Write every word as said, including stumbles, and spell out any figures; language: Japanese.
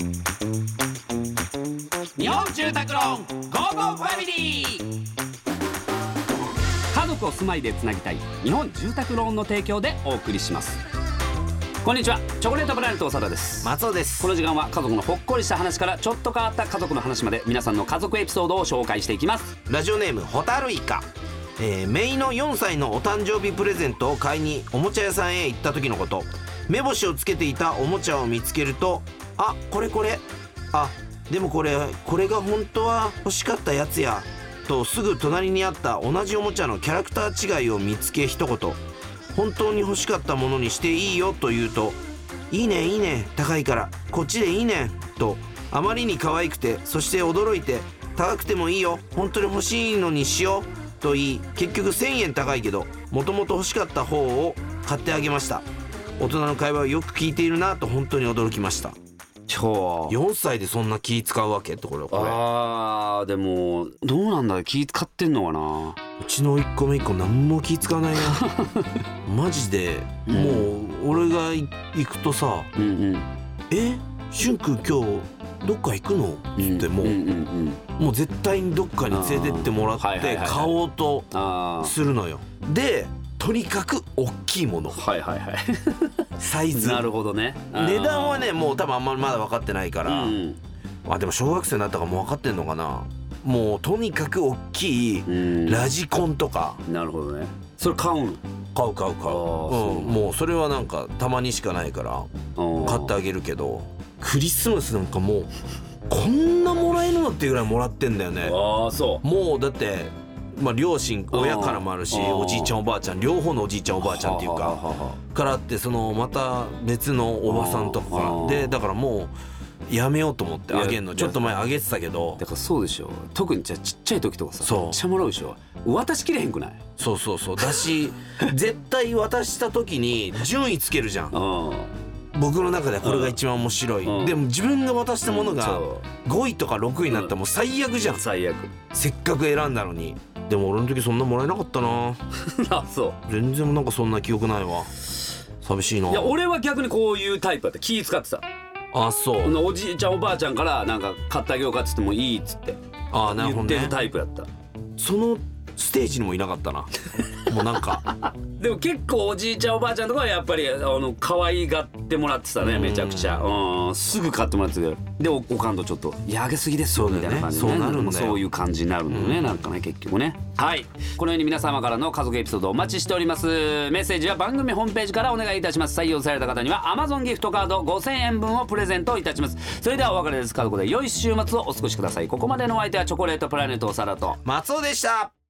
日本住宅ローンゴーゴーファミリー。家族を住まいでつなぎたい日本住宅ローンの提供でお送りします。こんにちは、チョコレートプラネット長田です。 松尾です。 この時間は家族のほっこりした話からちょっと変わった家族の話まで皆さんの家族エピソードを紹介していきます。 ラジオネームホタルイカ。えー、姪のよんさいのお誕生日プレゼントを買いにおもちゃ屋さんへ行った時のこと。目星をつけていたおもちゃを見つけると、あ、これこれ、あ、でもこれこれが本当は欲しかったやつやと、すぐ隣にあった同じおもちゃのキャラクター違いを見つけ一言、本当に欲しかったものにしていいよと言うと、いいねいいね、高いからこっちでいいねと、あまりに可愛くて、そして驚いて、高くてもいいよ、本当に欲しいのにしようと言い、結局せんえん高いけどもともと欲しかった方を買ってあげました。大人の会話をよく聞いているなと本当に驚きました。よんさいでそんな気使うわけってこれこれあーでもどうなんだ、気使ってんのかな。 うちのいっこめいっこ何も気使わないなマジで、うん、もう俺が行くとさ、うんうん、え、しゅんくん今日どっか行くのつって、もう、うんうんうん、もう絶対にどっかに連れてってもらって買おうとするのよ。でとにかく大きいもの、はいはいはいサイズ、 なるほどね。 値段はねもう多分あんまりまだ分かってないから、うん、あでも小学生になったからもう分かってんのかな。もうとにかく大きいラジコンとか、 うん、なるほどね。それ買うの？ 買う買う買う、うん、もうそれはなんかたまにしかないから買ってあげるけど、クリスマスなんかもうこんなもらえるのっていうぐらいもらってんだよね。 ああそう。 もうだってまあ、両親親からもあるし、おじいちゃんおばあちゃん両方のおじいちゃんおばあちゃんっていうかからあって、そのまた別のおばさんとかからで、だからもうやめようと思ってあげんの。ちょっと前あげてたけど、 だからそうでしょ。特にじゃあちっちゃい時とかさ、めっちゃもらうでしょ。渡しきれへんくない？ そうそうそうだし絶対渡した時に順位つけるじゃん僕の中でこれが一番面白い、うん、でも自分が渡したものがごいとかろくいになったらもう最悪じゃん、うん、最悪。せっかく選んだのに。でも俺の時そんなもらえなかったなあ、そう。 全然なんかそんな記憶ないわ。寂しいな。 いや俺は逆にこういうタイプだった。気使ってた。 あ、そう。 おじいちゃんおばあちゃんからなんか買ってあげようかっつってもいいっつってあ、なるほどね、 言ってるタイプやった。 そのステージにもいなかったなもうなんかでも結構おじいちゃんおばあちゃんとかはやっぱりあの可愛がってもらってたね、めちゃくちゃ、うん、すぐ買ってもらってたけど、で お, おかんとちょっと「いやあげすぎですよ」みたいな感じで、ね、そうなるんだよ。そういう感じになるのね、うん、なんかね結局ね。はい、このように皆様からの家族エピソードをお待ちしております。メッセージは番組ホームページからお願いいたします。採用された方には Amazon ギフトカードごせんえんぶんをプレゼントいたします。それではお別れです。家族で良い週末をお過ごしください。ここまでのお相手はチョコレートプラネット長田と松尾でした。